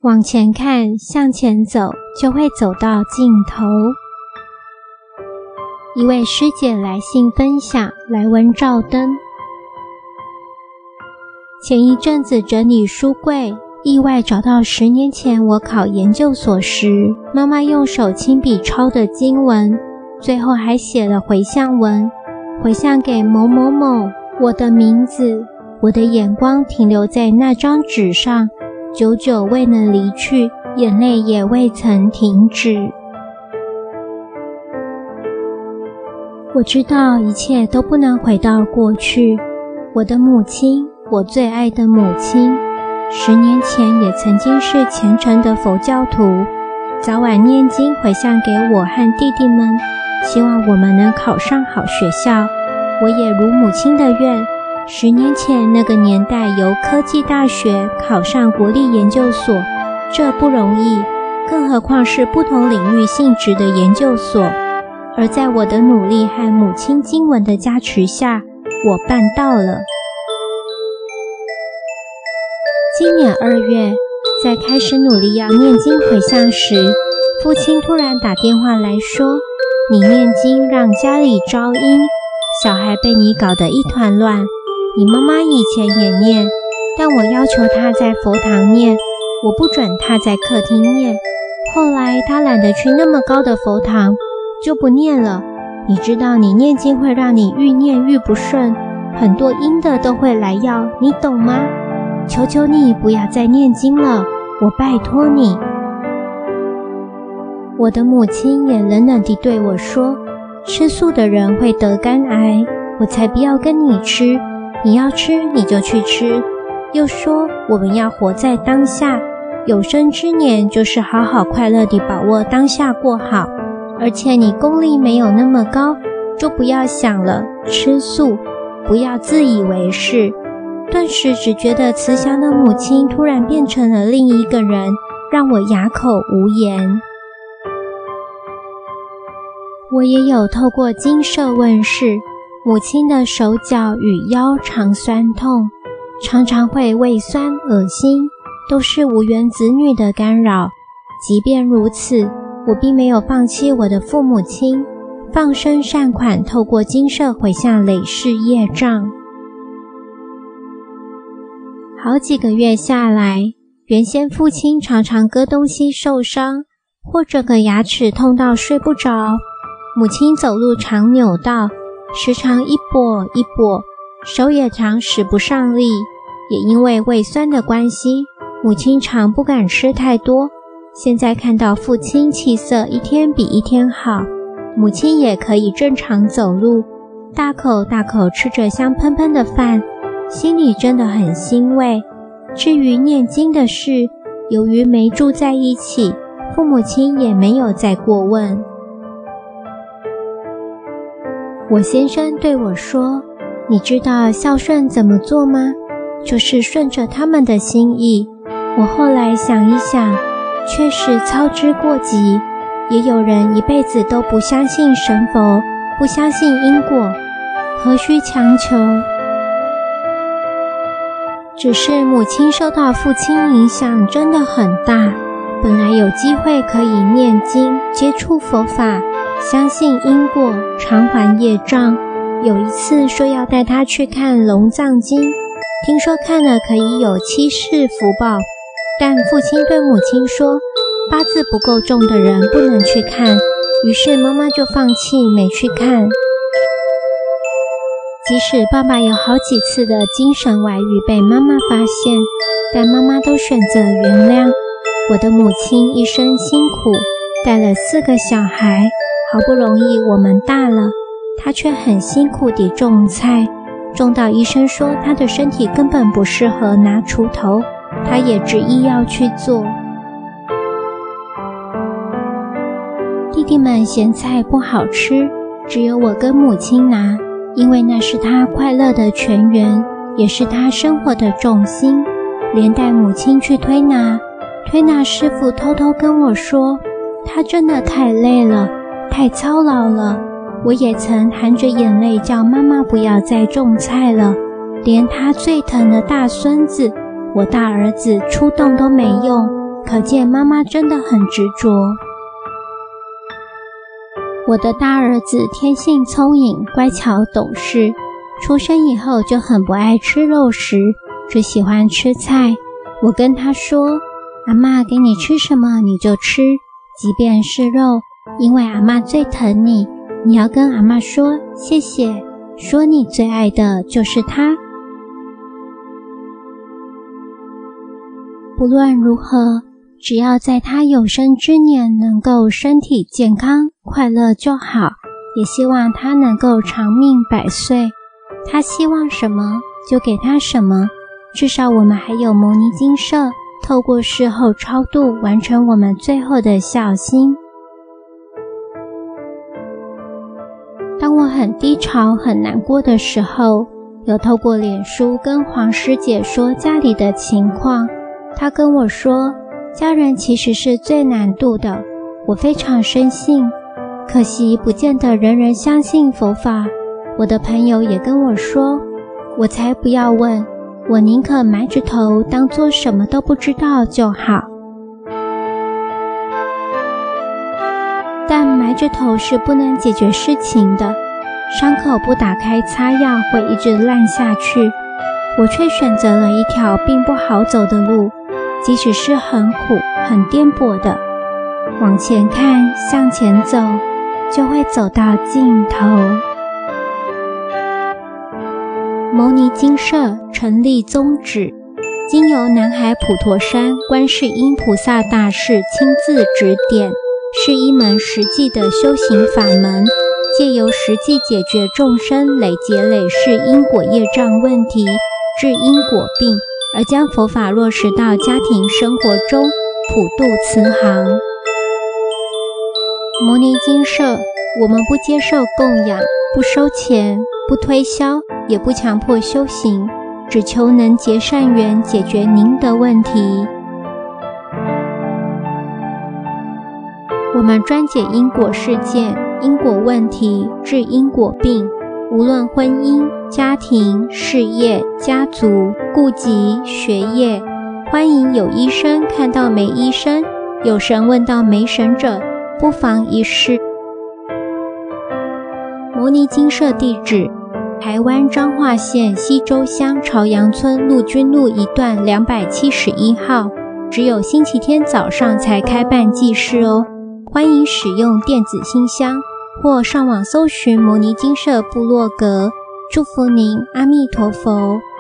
往前看，向前走，就会走到尽头。一位师姐来信分享，来文照灯。前一阵子整理书柜，意外找到10年前我考研究所时，妈妈用手亲笔抄的经文，最后还写了回向文，回向给某某某，我的名字。我的眼光停留在那张纸上，久久未能离去，眼泪也未曾停止。我知道一切都不能回到过去，我的母亲，我最爱的母亲，10年前也曾经是虔诚的佛教徒，早晚念经回向给我和弟弟们，希望我们能考上好学校。我也如母亲的愿，10年前那个年代由科技大学考上国立研究所，这不容易，更何况是不同领域性质的研究所。而在我的努力和母亲经文的加持下，我办到了。今年2月，在开始努力要念经回向时，父亲突然打电话来说，你念经让家里招阴，小孩被你搞得一团乱。你妈妈以前也念，但我要求她在佛堂念，我不准她在客厅念。后来她懒得去那么高的佛堂，就不念了。你知道你念经会让你愈念愈不顺，很多阴的都会来要，你懂吗？求求你不要再念经了，我拜托你。我的母亲也冷冷地对我说，吃素的人会得肝癌，我才不要跟你吃，你要吃你就去吃。又说我们要活在当下，有生之年就是好好快乐地把握当下过好，而且你功力没有那么高，就不要想了，吃素，不要自以为是。顿时只觉得慈祥的母亲突然变成了另一个人，让我哑口无言。我也有透过精舍问世，母亲的手脚与腰常酸痛，常常会胃酸恶心，都是无缘子女的干扰。即便如此，我并没有放弃我的父母亲，放生善款，透过精舍回向累世业障。好几个月下来，原先父亲常常割东西受伤，或者个牙齿痛到睡不着，母亲走路常扭到，时常一跛一跛，手也常使不上力。也因为胃酸的关系，母亲常不敢吃太多。现在看到父亲气色一天比一天好，母亲也可以正常走路，大口大口吃着香喷喷的饭，心里真的很欣慰。至于念经的事，由于没住在一起，父母亲也没有再过问。我先生对我说，你知道孝顺怎么做吗？就是顺着他们的心意。我后来想一想，确实操之过急，也有人一辈子都不相信神佛，不相信因果，何须强求？只是母亲受到父亲影响真的很大，本来有机会可以念经，接触佛法，相信因果，偿还业障。有一次说要带他去看龙藏经，听说看了可以有7世福报，但父亲对母亲说，八字不够重的人不能去看，于是妈妈就放弃没去看。即使爸爸有好几次的精神外遇被妈妈发现，但妈妈都选择原谅。我的母亲一生辛苦，带了4个小孩，好不容易我们大了，她却很辛苦地种菜，种到医生说她的身体根本不适合拿锄头，她也执意要去做。弟弟们嫌菜不好吃，只有我跟母亲拿，因为那是他快乐的泉源，也是他生活的重心。连带母亲去推拿，推拿师傅偷偷跟我说，他真的太累了，太操劳了。我也曾含着眼泪叫妈妈不要再种菜了，连他最疼的大孙子，我大儿子出动都没用， 可见妈妈真的很执着。我的大儿子天性聪颖、乖巧懂事，出生以后就很不爱吃肉食，只喜欢吃菜。我跟他说，阿嬷给你吃什么你就吃，即便是肉，因为阿嬷最疼你，你要跟阿嬷说谢谢，说你最爱的就是她。不论如何，只要在他有生之年能够身体健康、快乐就好，也希望他能够长命百岁。他希望什么就给他什么，至少我们还有牟尼精舍，透过事后超度完成我们最后的孝心。当我很低潮、很难过的时候，有透过脸书跟黄师姐说家里的情况，她跟我说，家人其实是最难度的，我非常深信，可惜不见得人人相信佛法。我的朋友也跟我说，我才不要问，我宁可埋着头当作什么都不知道就好。但埋着头是不能解决事情的，伤口不打开擦药会一直烂下去。我却选择了一条并不好走的路，即使是很苦、很颠簸的，往前看，向前走，就会走到尽头。牟尼精舍成立宗旨，经由南海普陀山观世音菩萨大士亲自指点，是一门实际的修行法门，借由实际解决众生累劫累世因果业障问题，治因果病，而将佛法落实到家庭生活中，普度慈航。牟尼精舍，我们不接受供养，不收钱，不推销，也不强迫修行，只求能结善缘，解决您的问题。我们专解因果事件、因果问题，治因果病，无论婚姻、家庭、事业、家族、顾及、学业，欢迎有医生看到没医生，有神问到没神者，不妨一试。牟尼精舍地址：台湾彰化县溪州乡朝阳村陆军路一段271号，只有星期天早上才开办祭事哦。欢迎使用电子信箱或上网搜寻牟尼精舍部落格。祝福您，阿弥陀佛。